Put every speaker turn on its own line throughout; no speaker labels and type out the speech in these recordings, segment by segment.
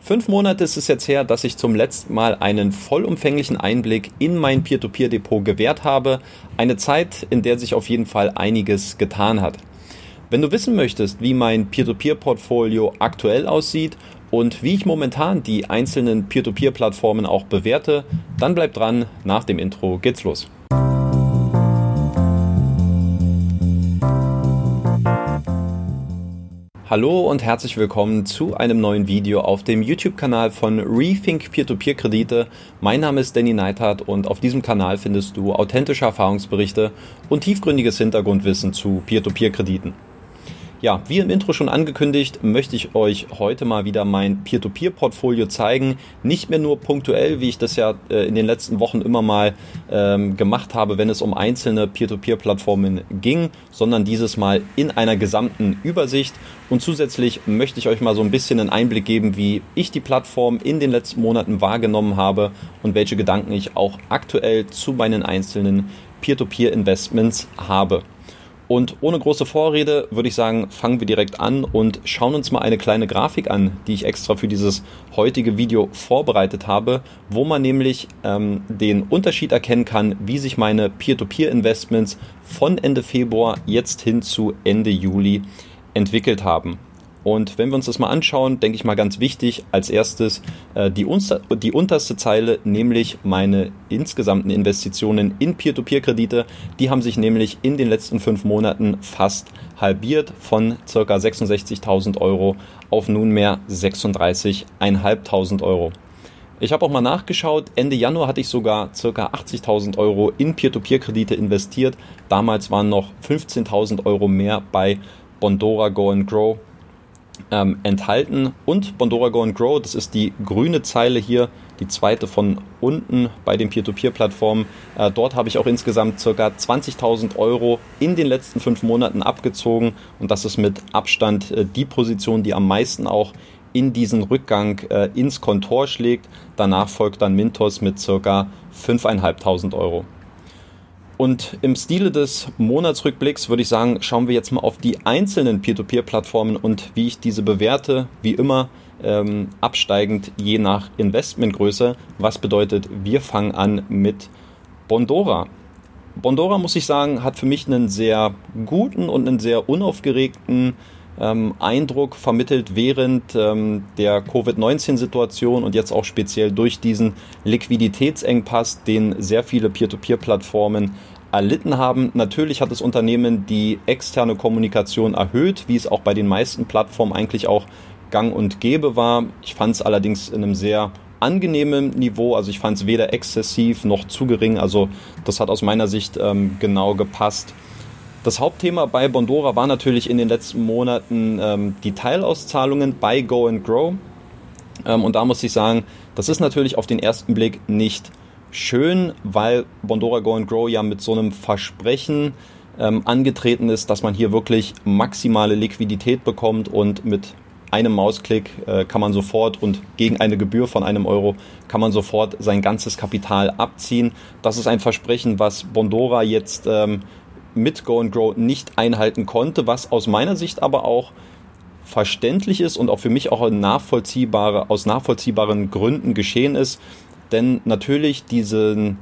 5 Monate ist es jetzt her, dass ich zum letzten Mal einen vollumfänglichen Einblick in mein Peer-to-Peer-Depot gewährt habe. Eine Zeit, in der sich auf jeden Fall einiges getan hat. Wenn du wissen möchtest, wie mein Peer-to-Peer-Portfolio aktuell aussieht und wie ich momentan die einzelnen Peer-to-Peer-Plattformen auch bewerte, dann bleib dran, nach dem Intro geht's los. Hallo und herzlich willkommen zu einem neuen Video auf dem YouTube-Kanal von Rethink Peer-to-Peer-Kredite. Mein Name ist Danny Neithardt und auf diesem Kanal findest du authentische Erfahrungsberichte und tiefgründiges Hintergrundwissen zu Peer-to-Peer-Krediten. Ja, wie im Intro schon angekündigt, möchte ich euch heute mal wieder mein Peer-to-Peer-Portfolio zeigen. Nicht mehr nur punktuell, wie ich das ja in den letzten Wochen immer mal gemacht habe, wenn es um einzelne Peer-to-Peer-Plattformen ging, sondern dieses Mal in einer gesamten Übersicht. Und zusätzlich möchte ich euch mal so ein bisschen einen Einblick geben, wie ich die Plattform in den letzten Monaten wahrgenommen habe und welche Gedanken ich auch aktuell zu meinen einzelnen Peer-to-Peer-Investments habe. Und ohne große Vorrede würde ich sagen, fangen wir direkt an und schauen uns mal eine kleine Grafik an, die ich extra für dieses heutige Video vorbereitet habe, wo man nämlich den Unterschied erkennen kann, wie sich meine Peer-to-Peer-Investments von Ende Februar jetzt hin zu Ende Juli entwickelt haben. Und wenn wir uns das mal anschauen, denke ich mal ganz wichtig, als erstes die unterste Zeile, nämlich meine insgesamten Investitionen in Peer-to-Peer-Kredite. Die haben sich nämlich in den letzten 5 Monaten fast halbiert von ca. 66.000 Euro auf nunmehr 36.500 Euro. Ich habe auch mal nachgeschaut, Ende Januar hatte ich sogar ca. 80.000 Euro in Peer-to-Peer-Kredite investiert. Damals waren noch 15.000 Euro mehr bei Bondora Go and Grow enthalten. Und Bondora Go and Grow, das ist die grüne Zeile hier, die zweite von unten bei den Peer-to-Peer-Plattformen. Dort habe ich auch insgesamt ca. 20.000 Euro in den letzten 5 Monaten abgezogen und das ist mit Abstand die Position, die am meisten auch in diesen Rückgang ins Kontor schlägt. Danach folgt dann Mintos mit ca. 5.500 Euro. Und im Stile des Monatsrückblicks würde ich sagen, schauen wir jetzt mal auf die einzelnen Peer-to-Peer-Plattformen und wie ich diese bewerte, wie immer absteigend je nach Investmentgröße. Was bedeutet, wir fangen an mit Bondora. Bondora, muss ich sagen, hat für mich einen sehr guten und einen sehr unaufgeregten Eindruck vermittelt während der Covid-19-Situation und jetzt auch speziell durch diesen Liquiditätsengpass, den sehr viele Peer-to-Peer-Plattformen erlitten haben. Natürlich hat das Unternehmen die externe Kommunikation erhöht, wie es auch bei den meisten Plattformen eigentlich auch gang und gäbe war. Ich fand es allerdings in einem sehr angenehmen Niveau, also ich fand es weder exzessiv noch zu gering, also das hat aus meiner Sicht genau gepasst. Das Hauptthema bei Bondora war natürlich in den letzten Monaten die Teilauszahlungen bei Go and Grow. Und da muss ich sagen, das ist natürlich auf den ersten Blick nicht schön, weil Bondora Go and Grow ja mit so einem Versprechen angetreten ist, dass man hier wirklich maximale Liquidität bekommt und mit einem Mausklick kann man sofort und gegen eine Gebühr von €1 kann man sofort sein ganzes Kapital abziehen. Das ist ein Versprechen, was Bondora jetzt mit Go and Grow nicht einhalten konnte, was aus meiner Sicht aber auch verständlich ist und auch für mich auch aus nachvollziehbaren Gründen geschehen ist. Denn natürlich diesen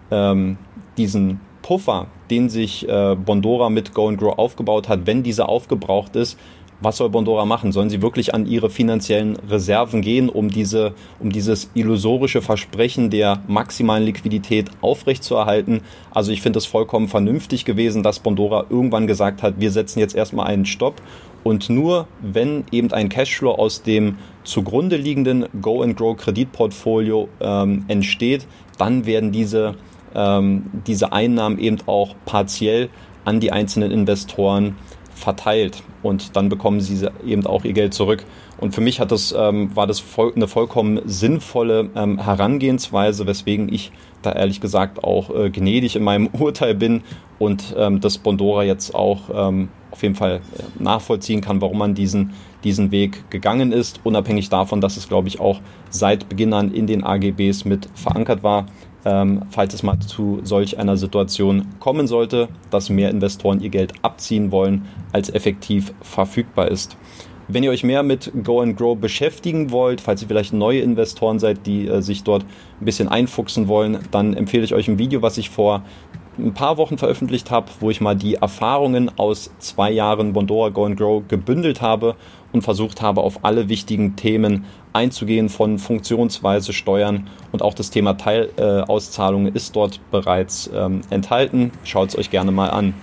Puffer, den sich Bondora mit Go and Grow aufgebaut hat, wenn dieser aufgebraucht ist, was soll Bondora machen? Sollen sie wirklich an ihre finanziellen Reserven gehen, um dieses illusorische Versprechen der maximalen Liquidität aufrechtzuerhalten? Also ich finde es vollkommen vernünftig gewesen, dass Bondora irgendwann gesagt hat, wir setzen jetzt erstmal einen Stopp und nur wenn eben ein Cashflow aus dem zugrunde liegenden Go and Grow Kreditportfolio entsteht, dann werden diese Einnahmen eben auch partiell an die einzelnen Investoren verteilt und dann bekommen sie eben auch ihr Geld zurück. Und für mich war das eine vollkommen sinnvolle Herangehensweise, weswegen ich da ehrlich gesagt auch gnädig in meinem Urteil bin und das Bondora jetzt auch auf jeden Fall nachvollziehen kann, warum man diesen Weg gegangen ist, unabhängig davon, dass es, glaube ich, auch seit Beginn an in den AGBs mit verankert war. Falls es mal zu solch einer Situation kommen sollte, dass mehr Investoren ihr Geld abziehen wollen, als effektiv verfügbar ist. Wenn ihr euch mehr mit Go and Grow beschäftigen wollt, falls ihr vielleicht neue Investoren seid, die sich dort ein bisschen einfuchsen wollen, dann empfehle ich euch ein Video, was ich vor ein paar Wochen veröffentlicht habe, wo ich mal die Erfahrungen aus 2 Jahren Bondora Go and Grow gebündelt habe und versucht habe, auf alle wichtigen Themen einzugehen, von Funktionsweise, Steuern, und auch das Thema Teilauszahlungen ist dort bereits enthalten. Schaut es euch gerne mal an.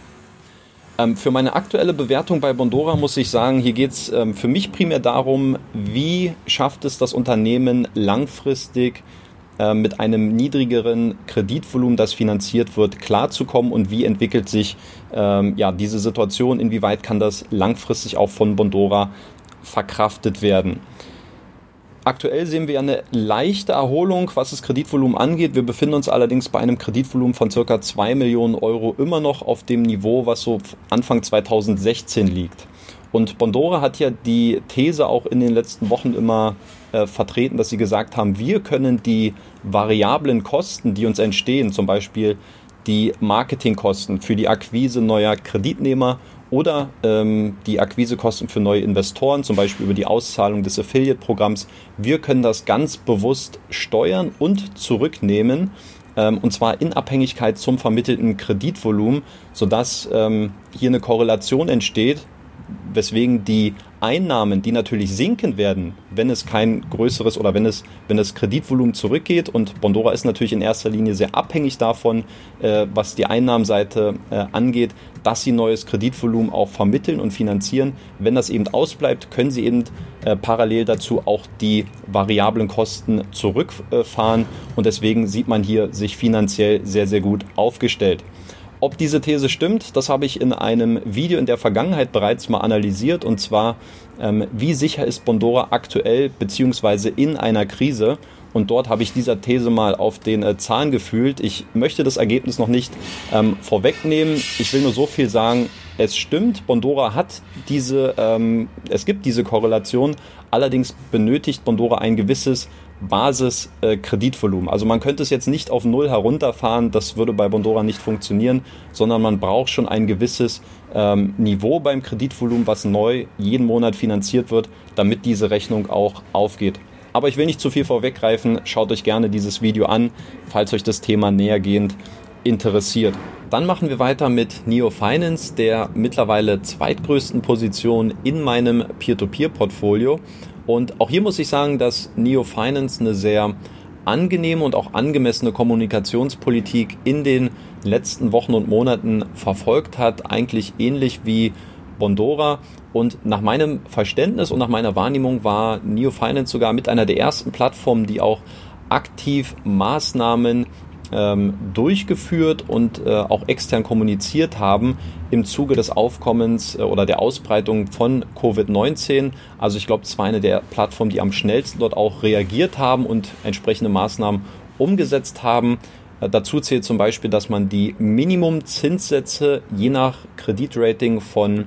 Für meine aktuelle Bewertung bei Bondora muss ich sagen, hier geht es für mich primär darum, wie schafft es das Unternehmen langfristig mit einem niedrigeren Kreditvolumen, das finanziert wird, klarzukommen, und wie entwickelt sich diese Situation, inwieweit kann das langfristig auch von Bondora verkraftet werden. Aktuell sehen wir eine leichte Erholung, was das Kreditvolumen angeht. Wir befinden uns allerdings bei einem Kreditvolumen von ca. 2 Millionen Euro immer noch auf dem Niveau, was so Anfang 2016 liegt. Und Bondora hat ja die These auch in den letzten Wochen immer vertreten, dass sie gesagt haben, wir können die variablen Kosten, die uns entstehen, zum Beispiel die Marketingkosten für die Akquise neuer Kreditnehmer oder die Akquisekosten für neue Investoren, zum Beispiel über die Auszahlung des Affiliate-Programms, wir können das ganz bewusst steuern und zurücknehmen, und zwar in Abhängigkeit zum vermittelten Kreditvolumen, sodass hier eine Korrelation entsteht, weswegen die Einnahmen, die natürlich sinken werden, wenn es kein größeres oder wenn das Kreditvolumen zurückgeht, und Bondora ist natürlich in erster Linie sehr abhängig davon, was die Einnahmenseite angeht, dass sie neues Kreditvolumen auch vermitteln und finanzieren. Wenn das eben ausbleibt, können sie eben parallel dazu auch die variablen Kosten zurückfahren, und deswegen sieht man hier sich finanziell sehr, sehr gut aufgestellt. Ob diese These stimmt, das habe ich in einem Video in der Vergangenheit bereits mal analysiert, und zwar, wie sicher ist Bondora aktuell bzw. in einer Krise, und dort habe ich dieser These mal auf den Zahn gefühlt. Ich möchte das Ergebnis noch nicht vorwegnehmen, ich will nur so viel sagen, es stimmt, Bondora hat es gibt diese Korrelation, allerdings benötigt Bondora ein gewisses Basiskreditvolumen. Also man könnte es jetzt nicht auf 0 herunterfahren, das würde bei Bondora nicht funktionieren, sondern man braucht schon ein gewisses Niveau beim Kreditvolumen, was neu jeden Monat finanziert wird, damit diese Rechnung auch aufgeht. Aber ich will nicht zu viel vorweggreifen, schaut euch gerne dieses Video an, falls euch das Thema nähergehend interessiert. Dann machen wir weiter mit Neo Finance, der mittlerweile zweitgrößten Position in meinem Peer-to-Peer-Portfolio. Und auch hier muss ich sagen, dass Neo Finance eine sehr angenehme und auch angemessene Kommunikationspolitik in den letzten Wochen und Monaten verfolgt hat, eigentlich ähnlich wie Bondora. Und nach meinem Verständnis und nach meiner Wahrnehmung war Neo Finance sogar mit einer der ersten Plattformen, die auch aktiv Maßnahmen durchgeführt und auch extern kommuniziert haben im Zuge des Aufkommens oder der Ausbreitung von Covid-19. Also ich glaube, es war eine der Plattformen, die am schnellsten dort auch reagiert haben und entsprechende Maßnahmen umgesetzt haben. Dazu zählt zum Beispiel, dass man die Minimumzinssätze je nach Kreditrating von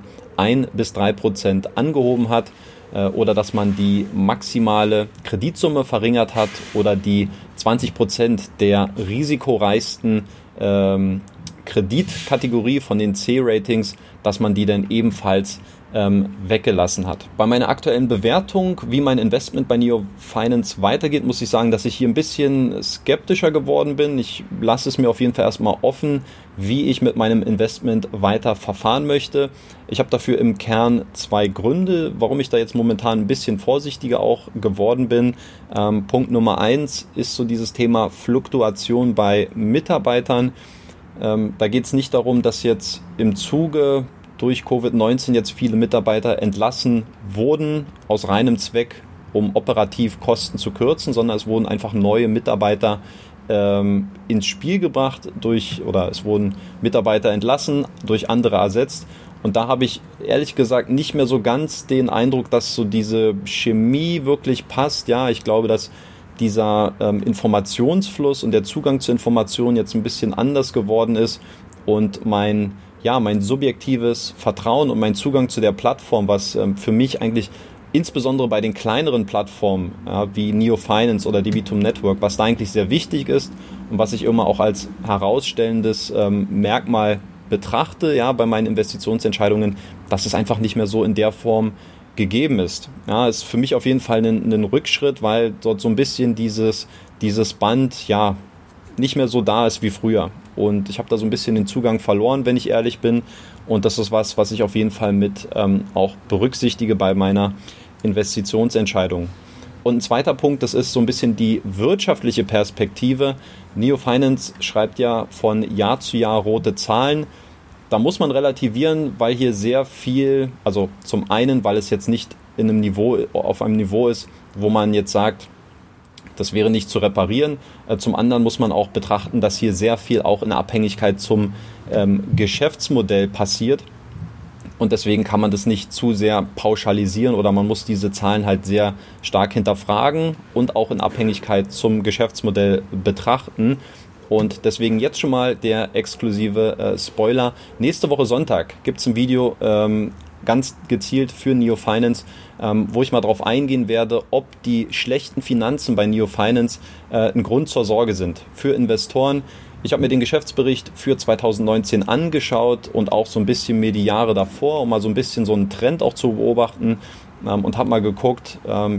1-3% angehoben hat, oder dass man die maximale Kreditsumme verringert hat oder die 20% der risikoreichsten Kreditkategorie von den C-Ratings, dass man die dann ebenfalls weggelassen hat. Bei meiner aktuellen Bewertung, wie mein Investment bei Neo Finance weitergeht, muss ich sagen, dass ich hier ein bisschen skeptischer geworden bin. Ich lasse es mir auf jeden Fall erstmal offen, wie ich mit meinem Investment weiter verfahren möchte. Ich habe dafür im Kern 2 Gründe, warum ich da jetzt momentan ein bisschen vorsichtiger auch geworden bin. Punkt Nummer 1 ist so dieses Thema Fluktuation bei Mitarbeitern. Da geht es nicht darum, dass jetzt im Zuge durch Covid-19 jetzt viele Mitarbeiter entlassen wurden aus reinem Zweck, um operativ Kosten zu kürzen, sondern es wurden einfach neue Mitarbeiter ins Spiel gebracht es wurden Mitarbeiter entlassen, durch andere ersetzt. Und da habe ich ehrlich gesagt nicht mehr so ganz den Eindruck, dass so diese Chemie wirklich passt. Ja, ich glaube, dass dieser Informationsfluss und der Zugang zu Informationen jetzt ein bisschen anders geworden ist, und mein subjektives Vertrauen und mein Zugang zu der Plattform, was für mich eigentlich insbesondere bei den kleineren Plattformen wie Neo Finance oder Debitum Network, was da eigentlich sehr wichtig ist und was ich immer auch als herausstellendes Merkmal betrachte, bei meinen Investitionsentscheidungen, dass es einfach nicht mehr so in der Form gegeben ist. Ja, ist für mich auf jeden Fall ein Rückschritt, weil dort so ein bisschen dieses Band ja nicht mehr so da ist wie früher. Und ich habe da so ein bisschen den Zugang verloren, wenn ich ehrlich bin. Und das ist was ich auf jeden Fall mit auch berücksichtige bei meiner Investitionsentscheidung. Und ein zweiter Punkt, das ist so ein bisschen die wirtschaftliche Perspektive. Neo Finance schreibt ja von Jahr zu Jahr rote Zahlen. Da muss man relativieren, weil hier sehr viel, also zum einen, weil es jetzt nicht auf einem Niveau ist, wo man jetzt sagt, das wäre nicht zu reparieren. Zum anderen muss man auch betrachten, dass hier sehr viel auch in Abhängigkeit zum Geschäftsmodell passiert. Und deswegen kann man das nicht zu sehr pauschalisieren oder man muss diese Zahlen halt sehr stark hinterfragen und auch in Abhängigkeit zum Geschäftsmodell betrachten. Und deswegen jetzt schon mal der exklusive Spoiler. Nächste Woche Sonntag gibt es ein Video ganz gezielt für Neo Finance, wo ich mal darauf eingehen werde, ob die schlechten Finanzen bei Neo Finance ein Grund zur Sorge sind für Investoren. Ich habe mir den Geschäftsbericht für 2019 angeschaut und auch so ein bisschen mir die Jahre davor, um mal so ein bisschen so einen Trend auch zu beobachten und habe mal geguckt,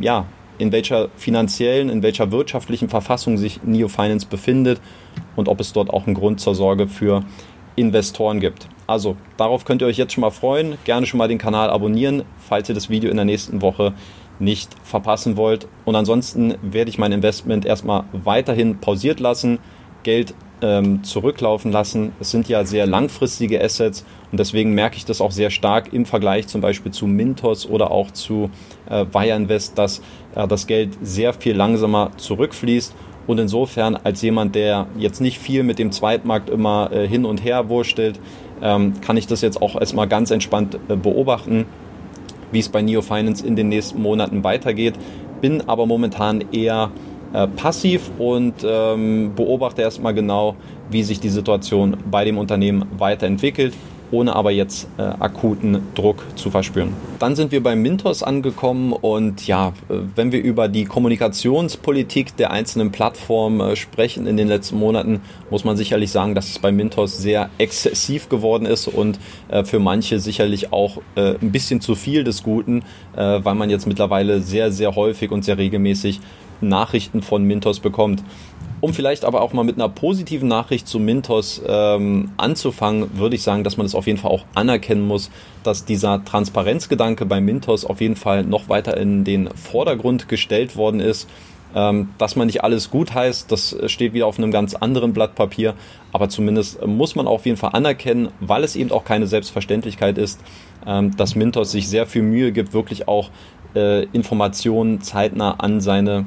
in welcher finanziellen, in welcher wirtschaftlichen Verfassung sich Neo Finance befindet und ob es dort auch einen Grund zur Sorge für Investoren gibt. Also darauf könnt ihr euch jetzt schon mal freuen. Gerne schon mal den Kanal abonnieren, falls ihr das Video in der nächsten Woche nicht verpassen wollt. Und ansonsten werde ich mein Investment erstmal weiterhin pausiert lassen, Geld zurücklaufen lassen. Es sind ja sehr langfristige Assets und deswegen merke ich das auch sehr stark im Vergleich zum Beispiel zu Mintos oder auch zu Wire Invest, dass das Geld sehr viel langsamer zurückfließt. Und insofern als jemand, der jetzt nicht viel mit dem Zweitmarkt immer hin und her wurstelt, kann ich das jetzt auch erstmal ganz entspannt beobachten, wie es bei Neo Finance in den nächsten Monaten weitergeht. Bin aber momentan eher passiv und beobachte erstmal genau, wie sich die Situation bei dem Unternehmen weiterentwickelt, ohne aber jetzt akuten Druck zu verspüren. Dann sind wir bei Mintos angekommen und ja, wenn wir über die Kommunikationspolitik der einzelnen Plattformen sprechen in den letzten Monaten, muss man sicherlich sagen, dass es bei Mintos sehr exzessiv geworden ist und für manche sicherlich auch ein bisschen zu viel des Guten, weil man jetzt mittlerweile sehr, sehr häufig und sehr regelmäßig Nachrichten von Mintos bekommt. Um vielleicht aber auch mal mit einer positiven Nachricht zu Mintos anzufangen, würde ich sagen, dass man es auf jeden Fall auch anerkennen muss, dass dieser Transparenzgedanke bei Mintos auf jeden Fall noch weiter in den Vordergrund gestellt worden ist. Dass man nicht alles gut heißt, das steht wieder auf einem ganz anderen Blatt Papier, aber zumindest muss man auf jeden Fall anerkennen, weil es eben auch keine Selbstverständlichkeit ist, dass Mintos sich sehr viel Mühe gibt, wirklich auch Informationen zeitnah an seine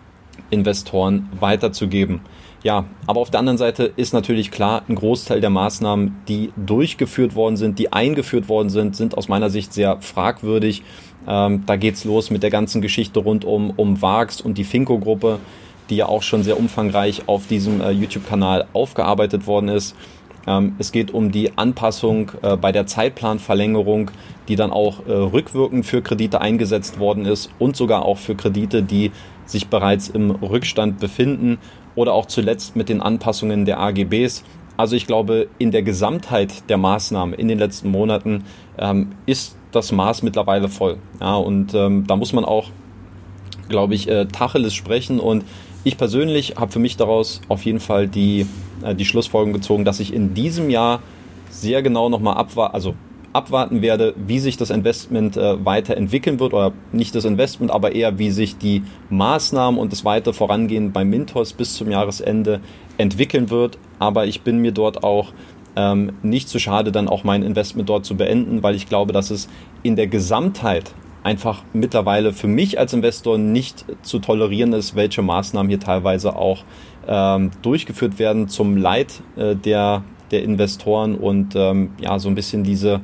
Investoren weiterzugeben. Ja, aber auf der anderen Seite ist natürlich klar, ein Großteil der Maßnahmen, die durchgeführt worden sind, die eingeführt worden sind, sind aus meiner Sicht sehr fragwürdig. Da geht's los mit der ganzen Geschichte rund um VAX und die Finco-Gruppe, die ja auch schon sehr umfangreich auf diesem YouTube-Kanal aufgearbeitet worden ist. Es geht um die Anpassung bei der Zeitplanverlängerung, die dann auch rückwirkend für Kredite eingesetzt worden ist und sogar auch für Kredite, die sich bereits im Rückstand befinden oder auch zuletzt mit den Anpassungen der AGBs. Also ich glaube, in der Gesamtheit der Maßnahmen in den letzten Monaten ist das Maß mittlerweile voll. Ja, und da muss man auch, glaube ich, Tacheles sprechen. Und ich persönlich habe für mich daraus auf jeden Fall die Schlussfolgerung gezogen, dass ich in diesem Jahr sehr genau nochmal abwarten werde, wie sich das Investment weiterentwickeln wird, oder nicht das Investment, aber eher wie sich die Maßnahmen und das weitere Vorangehen bei Mintos bis zum Jahresende entwickeln wird. Aber ich bin mir dort auch nicht zu schade, dann auch mein Investment dort zu beenden, weil ich glaube, dass es in der Gesamtheit einfach mittlerweile für mich als Investor nicht zu tolerieren ist, welche Maßnahmen hier teilweise auch durchgeführt werden zum Leid der Investoren und so ein bisschen diese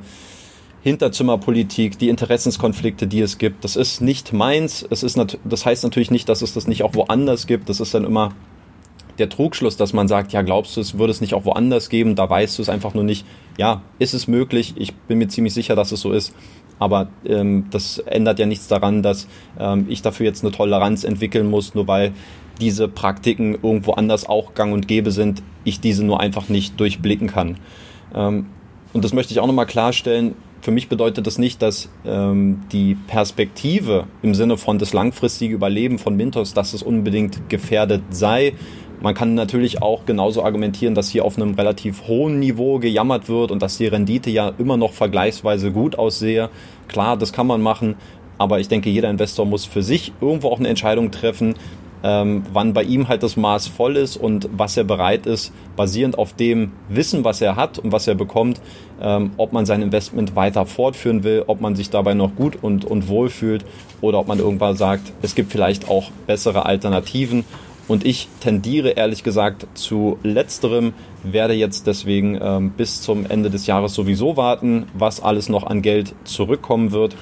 Hinterzimmerpolitik, die Interessenskonflikte, die es gibt. Das ist nicht meins. Das heißt natürlich nicht, dass es das nicht auch woanders gibt. Das ist dann immer der Trugschluss, dass man sagt, ja, glaubst du, es würde es nicht auch woanders geben? Da weißt du es einfach nur nicht. Ja, ist es möglich? Ich bin mir ziemlich sicher, dass es so ist. Aber das ändert ja nichts daran, dass ich dafür jetzt eine Toleranz entwickeln muss, nur weil diese Praktiken irgendwo anders auch gang und gäbe sind, ich diese nur einfach nicht durchblicken kann. Und das möchte ich auch nochmal klarstellen, für mich bedeutet das nicht, dass die Perspektive im Sinne von das langfristige Überleben von Mintos, dass es unbedingt gefährdet sei. Man kann natürlich auch genauso argumentieren, dass hier auf einem relativ hohen Niveau gejammert wird und dass die Rendite ja immer noch vergleichsweise gut aussehe. Klar, das kann man machen, aber ich denke, jeder Investor muss für sich irgendwo auch eine Entscheidung treffen, wann bei ihm halt das Maß voll ist und was er bereit ist, basierend auf dem Wissen, was er hat und was er bekommt, ob man sein Investment weiter fortführen will, ob man sich dabei noch gut und wohl fühlt oder ob man irgendwann sagt, es gibt vielleicht auch bessere Alternativen. Und ich tendiere ehrlich gesagt zu letzterem, werde jetzt deswegen bis zum Ende des Jahres sowieso warten, was alles noch an Geld zurückkommen wird.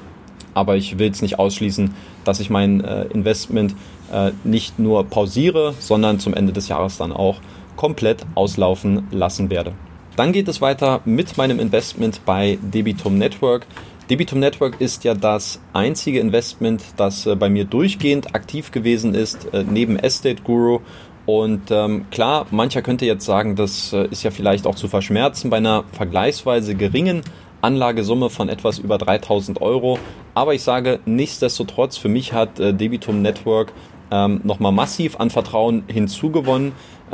Aber ich will es nicht ausschließen, dass ich mein Investment nicht nur pausiere, sondern zum Ende des Jahres dann auch komplett auslaufen lassen werde. Dann geht es weiter mit meinem Investment bei Debitum Network. Debitum Network ist ja das einzige Investment, das bei mir durchgehend aktiv gewesen ist, neben Estate Guru. Und klar, mancher könnte jetzt sagen, das ist ja vielleicht auch zu verschmerzen bei einer vergleichsweise geringen Anlagesumme von etwas über 3.000 Euro. Aber ich sage nichtsdestotrotz, für mich hat Debitum Network nochmal massiv an Vertrauen hinzugewonnen.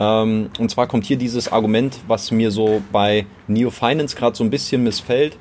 Und zwar kommt hier dieses Argument, was mir so bei Neo Finance gerade so ein bisschen missfällt,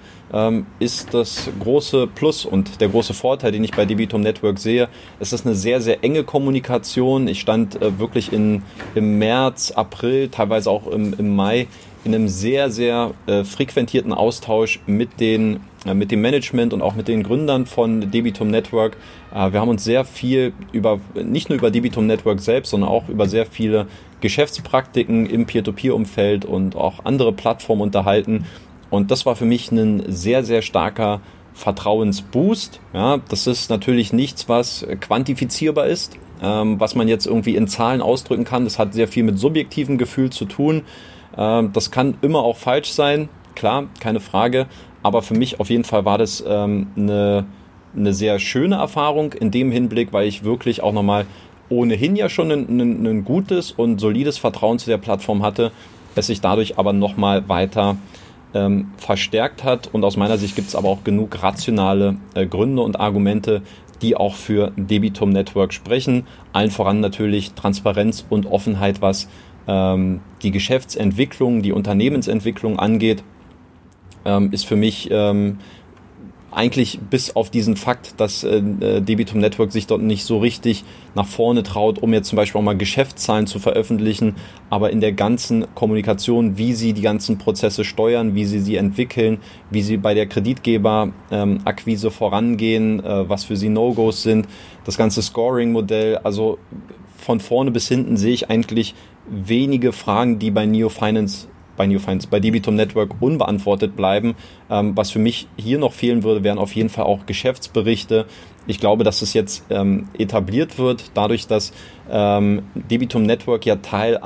ist das große Plus und der große Vorteil, den ich bei Debitum Network sehe. Es ist eine sehr, sehr enge Kommunikation. Ich stand wirklich im März, April, teilweise auch im Mai in einem sehr, sehr frequentierten Austausch mit dem Management und auch mit den Gründern von Debitum Network. Wir haben uns sehr viel nicht nur über Debitum Network selbst, sondern auch über sehr viele Geschäftspraktiken im Peer-to-Peer-Umfeld und auch andere Plattformen unterhalten. Und das war für mich ein sehr, sehr starker Vertrauensboost. Ja, das ist natürlich nichts, was quantifizierbar ist, was man jetzt irgendwie in Zahlen ausdrücken kann. Das hat sehr viel mit subjektivem Gefühl zu tun. Das kann immer auch falsch sein, klar, keine Frage. Aber für mich auf jeden Fall war das eine sehr schöne Erfahrung in dem Hinblick, weil ich wirklich auch nochmal ohnehin ja schon ein gutes und solides Vertrauen zu der Plattform hatte, es sich dadurch aber nochmal weiter verstärkt hat. Und aus meiner Sicht gibt es aber auch genug rationale Gründe und Argumente, die auch für Debitum Network sprechen. Allen voran natürlich Transparenz und Offenheit, was die Geschäftsentwicklung, die Unternehmensentwicklung angeht, ist für mich eigentlich bis auf diesen Fakt, dass Debitum Network sich dort nicht so richtig nach vorne traut, um jetzt zum Beispiel auch mal Geschäftszahlen zu veröffentlichen, aber in der ganzen Kommunikation, wie sie die ganzen Prozesse steuern, wie sie entwickeln, wie sie bei der Kreditgeberakquise vorangehen, was für sie No-Gos sind, das ganze Scoring-Modell, also von vorne bis hinten sehe ich eigentlich wenige Fragen, die bei Debitum Network unbeantwortet bleiben. Was für mich hier noch fehlen würde, wären auf jeden Fall auch Geschäftsberichte. Ich glaube, dass es jetzt etabliert wird, dadurch, dass Debitum Network ja Teil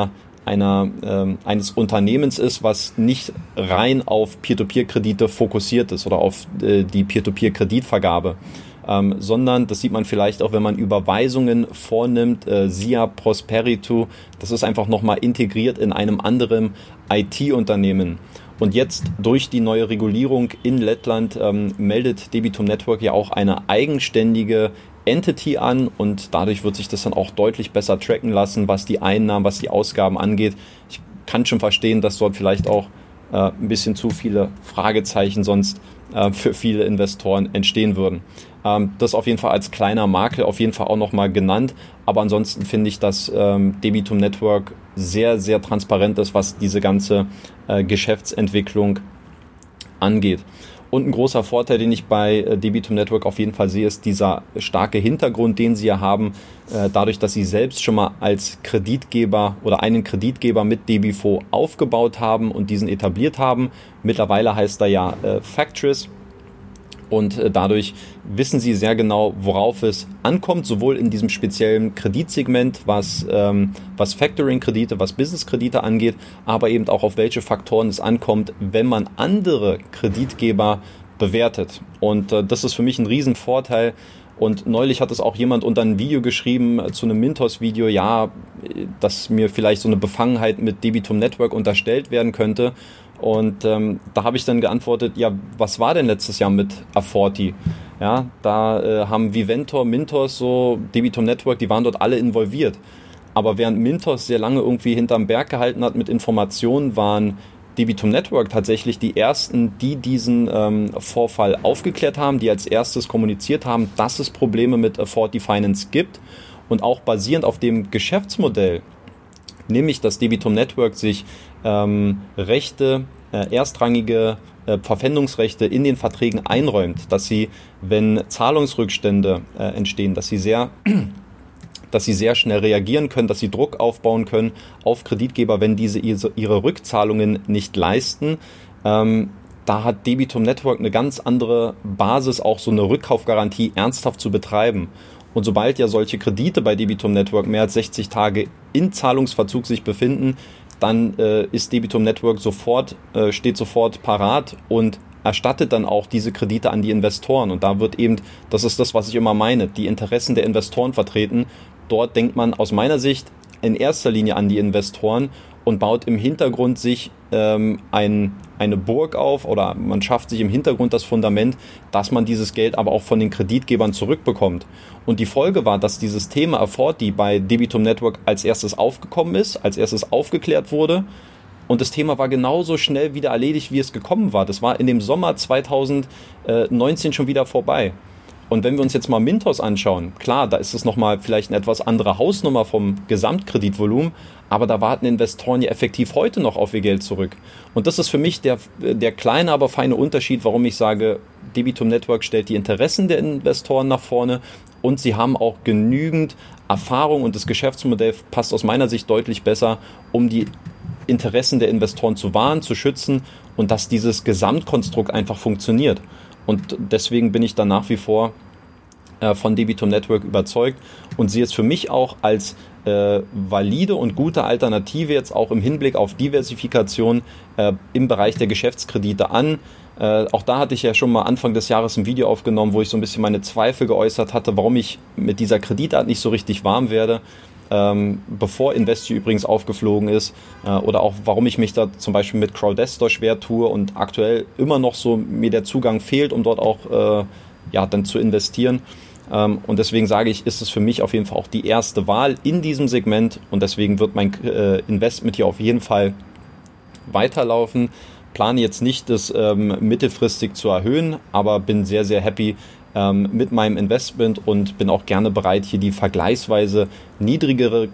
eines Unternehmens ist, was nicht rein auf Peer-to-Peer-Kredite fokussiert ist oder auf die Peer-to-Peer-Kreditvergabe. Sondern das sieht man vielleicht auch, wenn man Überweisungen vornimmt, SIA Prosperitu, das ist einfach nochmal integriert in einem anderen IT-Unternehmen. Und jetzt durch die neue Regulierung in Lettland meldet Debitum Network ja auch eine eigenständige Entity an und dadurch wird sich das dann auch deutlich besser tracken lassen, was die Einnahmen, was die Ausgaben angeht. Ich kann schon verstehen, dass dort vielleicht auch ein bisschen zu viele Fragezeichen sonst für viele Investoren entstehen würden. Das auf jeden Fall als kleiner Makel auf jeden Fall auch nochmal genannt, aber ansonsten finde ich, dass Debitum Network sehr, sehr transparent ist, was diese ganze Geschäftsentwicklung angeht. Und ein großer Vorteil, den ich bei Debitum Network auf jeden Fall sehe, ist dieser starke Hintergrund, den sie ja haben, dadurch, dass sie selbst schon mal als Kreditgeber oder einen Kreditgeber mit Debifo aufgebaut haben und diesen etabliert haben. Mittlerweile heißt er ja Factris. Und dadurch wissen sie sehr genau, worauf es ankommt, sowohl in diesem speziellen Kreditsegment, was Factoring-Kredite, was Business-Kredite angeht, aber eben auch auf welche Faktoren es ankommt, wenn man andere Kreditgeber bewertet. Und das ist für mich ein Riesenvorteil. Und neulich hat es auch jemand unter ein Video geschrieben zu einem Mintos-Video, ja, dass mir vielleicht so eine Befangenheit mit Debitum Network unterstellt werden könnte. Und da habe ich dann geantwortet, ja, was war denn letztes Jahr mit A40? Ja, da haben Viventor, Mintos, so Debitum Network, die waren dort alle involviert. Aber während Mintos sehr lange irgendwie hinterm Berg gehalten hat mit Informationen, waren Debitum Network tatsächlich die ersten, die diesen Vorfall aufgeklärt haben, die als erstes kommuniziert haben, dass es Probleme mit A40 Finance gibt. Und auch basierend auf dem Geschäftsmodell, nämlich dass Debitum Network sich Rechte, erstrangige Verpfändungsrechte in den Verträgen einräumt, dass sie, wenn Zahlungsrückstände entstehen, dass sie sehr schnell reagieren können, dass sie Druck aufbauen können auf Kreditgeber, wenn diese ihre Rückzahlungen nicht leisten. Da hat Debitum Network eine ganz andere Basis, auch so eine Rückkaufgarantie ernsthaft zu betreiben. Und sobald ja solche Kredite bei Debitum Network mehr als 60 Tage in Zahlungsverzug sich befinden, dann ist Debitum Network steht sofort parat und erstattet dann auch diese Kredite an die Investoren. Und da wird eben, das ist das, was ich immer meine, die Interessen der Investoren vertreten. Dort denkt man aus meiner Sicht in erster Linie an die Investoren und baut im Hintergrund sich eine Burg auf, oder man schafft sich im Hintergrund das Fundament, dass man dieses Geld aber auch von den Kreditgebern zurückbekommt. Und die Folge war, dass dieses Thema A40 bei Debitum Network als erstes aufgekommen ist, als erstes aufgeklärt wurde. Und das Thema war genauso schnell wieder erledigt, wie es gekommen war. Das war in dem Sommer 2019 schon wieder vorbei. Und wenn wir uns jetzt mal Mintos anschauen, klar, da ist es nochmal vielleicht eine etwas andere Hausnummer vom Gesamtkreditvolumen, aber da warten Investoren ja effektiv heute noch auf ihr Geld zurück. Und das ist für mich der kleine, aber feine Unterschied, warum ich sage, Debitum Network stellt die Interessen der Investoren nach vorne und sie haben auch genügend Erfahrung und das Geschäftsmodell passt aus meiner Sicht deutlich besser, um die Interessen der Investoren zu wahren, zu schützen und dass dieses Gesamtkonstrukt einfach funktioniert. Und deswegen bin ich da nach wie vor von Debitum Network überzeugt und sehe es für mich auch als valide und gute Alternative jetzt auch im Hinblick auf Diversifikation im Bereich der Geschäftskredite an. Auch da hatte ich ja schon mal Anfang des Jahres ein Video aufgenommen, wo ich so ein bisschen meine Zweifel geäußert hatte, warum ich mit dieser Kreditart nicht so richtig warm werde. Bevor Investio übrigens aufgeflogen ist, oder auch warum ich mich da zum Beispiel mit Crowdestor schwer tue und aktuell immer noch so mir der Zugang fehlt, um dort auch dann zu investieren. Und deswegen sage ich, ist es für mich auf jeden Fall auch die erste Wahl in diesem Segment und deswegen wird mein Investment hier auf jeden Fall weiterlaufen. Plane jetzt nicht, das mittelfristig zu erhöhen, aber bin sehr, sehr happy mit meinem Investment und bin auch gerne bereit, hier die vergleichsweise niedrigere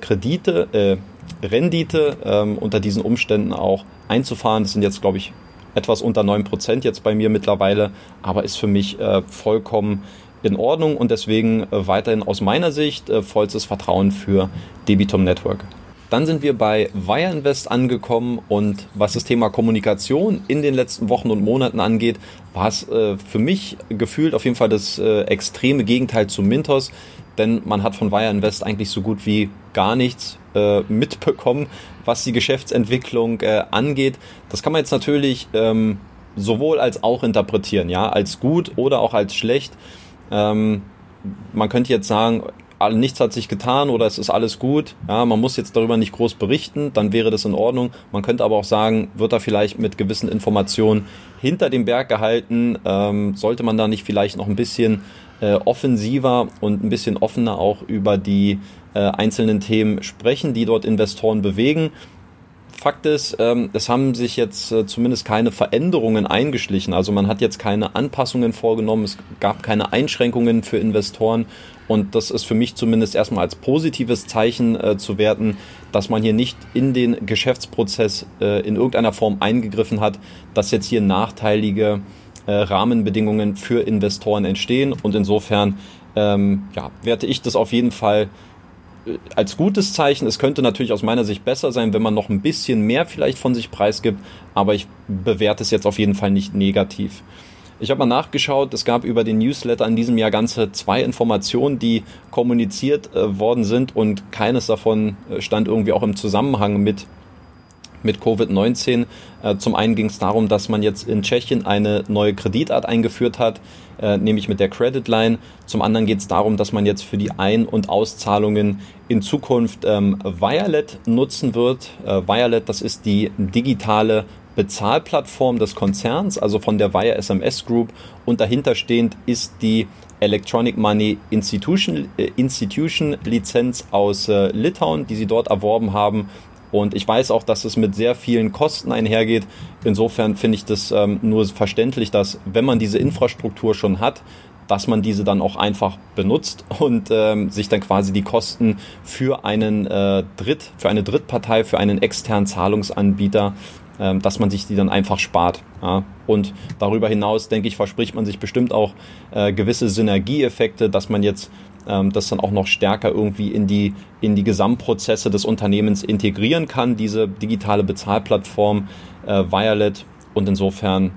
Rendite unter diesen Umständen auch einzufahren. Das sind jetzt, glaube ich, etwas unter 9% jetzt bei mir mittlerweile, aber ist für mich vollkommen in Ordnung und deswegen weiterhin aus meiner Sicht vollstes Vertrauen für Debitum Network. Dann sind wir bei Wire Invest angekommen und was das Thema Kommunikation in den letzten Wochen und Monaten angeht, war es für mich gefühlt auf jeden Fall das extreme Gegenteil zu Mintos, denn man hat von Wire Invest eigentlich so gut wie gar nichts mitbekommen, was die Geschäftsentwicklung angeht. Das kann man jetzt natürlich sowohl als auch interpretieren, ja, als gut oder auch als schlecht. Man könnte jetzt sagen, nichts hat sich getan oder es ist alles gut. Ja, man muss jetzt darüber nicht groß berichten, dann wäre das in Ordnung. Man könnte aber auch sagen, wird da vielleicht mit gewissen Informationen hinter dem Berg gehalten, sollte man da nicht vielleicht noch ein bisschen offensiver und ein bisschen offener auch über die einzelnen Themen sprechen, die dort Investoren bewegen. Fakt ist, es haben sich jetzt zumindest keine Veränderungen eingeschlichen. Also man hat jetzt keine Anpassungen vorgenommen, es gab keine Einschränkungen für Investoren und das ist für mich zumindest erstmal als positives Zeichen zu werten, dass man hier nicht in den Geschäftsprozess in irgendeiner Form eingegriffen hat, dass jetzt hier nachteilige Rahmenbedingungen für Investoren entstehen und insofern werte ich das auf jeden Fall als gutes Zeichen. Es könnte natürlich aus meiner Sicht besser sein, wenn man noch ein bisschen mehr vielleicht von sich preisgibt, aber ich bewerte es jetzt auf jeden Fall nicht negativ. Ich habe mal nachgeschaut, es gab über den Newsletter in diesem Jahr ganze 2 Informationen, die kommuniziert worden sind und keines davon stand irgendwie auch im Zusammenhang mit Covid-19. Zum einen ging es darum, dass man jetzt in Tschechien eine neue Kreditart eingeführt hat, nämlich mit der Credit Line. Zum anderen geht es darum, dass man jetzt für die Ein- und Auszahlungen in Zukunft Wirelet nutzen wird. Wirelet, das ist die digitale Bezahlplattform des Konzerns, also von der Wire SMS Group, und dahinter stehend ist die Electronic Money Institution Lizenz aus Litauen, die sie dort erworben haben. Und ich weiß auch, dass es mit sehr vielen Kosten einhergeht. Insofern finde ich das nur verständlich, dass, wenn man diese Infrastruktur schon hat, dass man diese dann auch einfach benutzt und sich dann quasi die Kosten für eine Drittpartei, für einen externen Zahlungsanbieter, dass man sich die dann einfach spart. Ja. Und darüber hinaus, denke ich, verspricht man sich bestimmt auch gewisse Synergieeffekte, dass man jetzt das dann auch noch stärker irgendwie in die Gesamtprozesse des Unternehmens integrieren kann, diese digitale Bezahlplattform Violet. Und insofern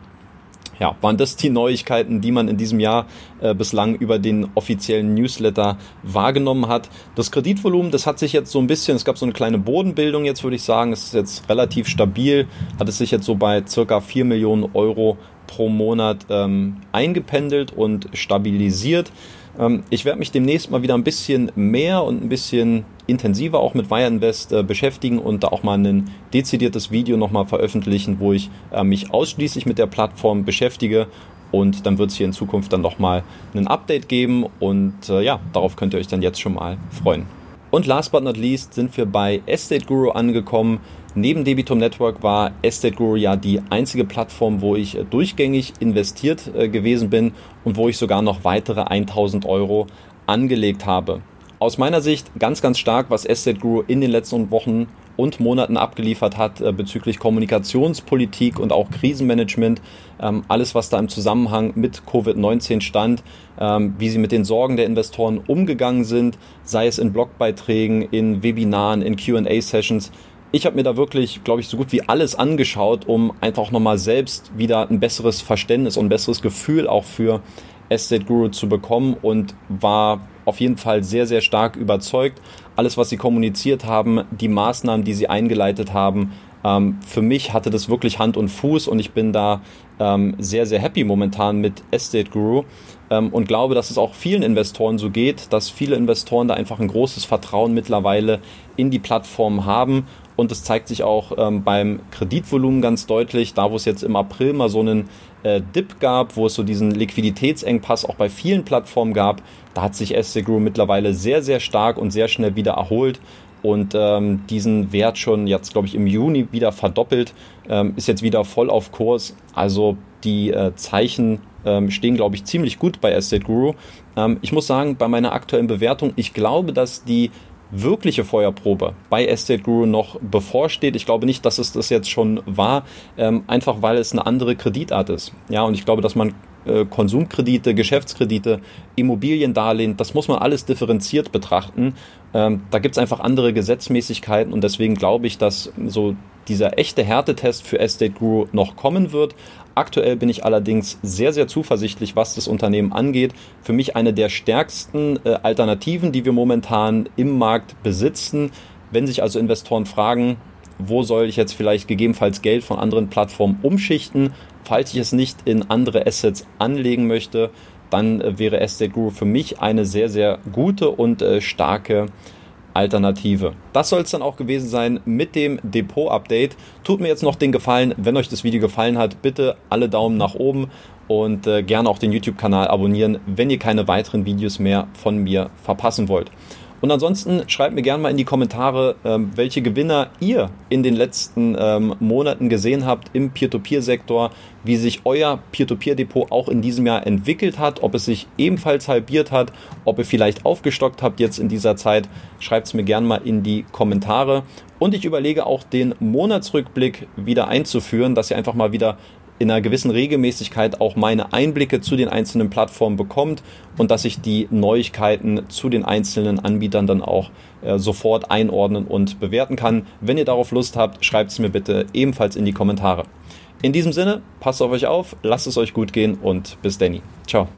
waren das die Neuigkeiten, die man in diesem Jahr bislang über den offiziellen Newsletter wahrgenommen hat. Das Kreditvolumen, das hat sich jetzt so ein bisschen, es gab so eine kleine Bodenbildung jetzt, würde ich sagen. Es ist jetzt relativ stabil, hat es sich jetzt so bei circa 4 Millionen Euro pro Monat eingependelt und stabilisiert. Ich werde mich demnächst mal wieder ein bisschen mehr und ein bisschen intensiver auch mit Wire Invest beschäftigen und da auch mal ein dezidiertes Video nochmal veröffentlichen, wo ich mich ausschließlich mit der Plattform beschäftige, und dann wird es hier in Zukunft dann nochmal ein Update geben und darauf könnt ihr euch dann jetzt schon mal freuen. Und last but not least sind wir bei Estate Guru angekommen. Neben Debitum Network war Estate Guru ja die einzige Plattform, wo ich durchgängig investiert gewesen bin und wo ich sogar noch weitere 1.000 Euro angelegt habe. Aus meiner Sicht ganz, ganz stark, was Estate Guru in den letzten Wochen und Monaten abgeliefert hat bezüglich Kommunikationspolitik und auch Krisenmanagement. Alles, was da im Zusammenhang mit Covid-19 stand, wie sie mit den Sorgen der Investoren umgegangen sind, sei es in Blogbeiträgen, in Webinaren, in Q&A-Sessions. Ich habe mir da wirklich, glaube ich, so gut wie alles angeschaut, um einfach nochmal selbst wieder ein besseres Verständnis und ein besseres Gefühl auch für Estate Guru zu bekommen und war auf jeden Fall sehr, sehr stark überzeugt. Alles, was sie kommuniziert haben, die Maßnahmen, die sie eingeleitet haben, für mich hatte das wirklich Hand und Fuß und ich bin da sehr, sehr happy momentan mit Estate Guru und glaube, dass es auch vielen Investoren so geht, dass viele Investoren da einfach ein großes Vertrauen mittlerweile in die Plattform haben. Und es zeigt sich auch beim Kreditvolumen ganz deutlich, da wo es jetzt im April mal so einen Dip gab, wo es so diesen Liquiditätsengpass auch bei vielen Plattformen gab, da hat sich Estate Guru mittlerweile sehr, sehr stark und sehr schnell wieder erholt und diesen Wert schon jetzt, glaube ich, im Juni wieder verdoppelt, ist jetzt wieder voll auf Kurs. Also die Zeichen stehen, glaube ich, ziemlich gut bei Estate Guru. Ich muss sagen, bei meiner aktuellen Bewertung, ich glaube, dass die wirkliche Feuerprobe bei Estate Guru noch bevorsteht. Ich glaube nicht, dass es das jetzt schon war, einfach weil es eine andere Kreditart ist. Ja, und ich glaube, dass man Konsumkredite, Geschäftskredite, Immobiliendarlehen, das muss man alles differenziert betrachten. Da gibt es einfach andere Gesetzmäßigkeiten und deswegen glaube ich, dass so dieser echte Härtetest für Estate Guru noch kommen wird. Aktuell bin ich allerdings sehr, sehr zuversichtlich, was das Unternehmen angeht. Für mich eine der stärksten Alternativen, die wir momentan im Markt besitzen. Wenn sich also Investoren fragen, wo soll ich jetzt vielleicht gegebenenfalls Geld von anderen Plattformen umschichten, falls ich es nicht in andere Assets anlegen möchte, dann wäre Estate Guru für mich eine sehr, sehr gute und starke Alternative. Das soll es dann auch gewesen sein mit dem Depot-Update. Tut mir jetzt noch den Gefallen, wenn euch das Video gefallen hat, bitte alle Daumen nach oben und gerne auch den YouTube-Kanal abonnieren, wenn ihr keine weiteren Videos mehr von mir verpassen wollt. Und ansonsten schreibt mir gerne mal in die Kommentare, welche Gewinner ihr in den letzten Monaten gesehen habt im Peer-to-Peer-Sektor, wie sich euer Peer-to-Peer-Depot auch in diesem Jahr entwickelt hat, ob es sich ebenfalls halbiert hat, ob ihr vielleicht aufgestockt habt jetzt in dieser Zeit. Schreibt es mir gerne mal in die Kommentare. Und ich überlege auch den Monatsrückblick wieder einzuführen, dass ihr einfach mal wieder in einer gewissen Regelmäßigkeit auch meine Einblicke zu den einzelnen Plattformen bekommt und dass ich die Neuigkeiten zu den einzelnen Anbietern dann auch sofort einordnen und bewerten kann. Wenn ihr darauf Lust habt, schreibt es mir bitte ebenfalls in die Kommentare. In diesem Sinne, passt auf euch auf, lasst es euch gut gehen und bis Danny. Ciao.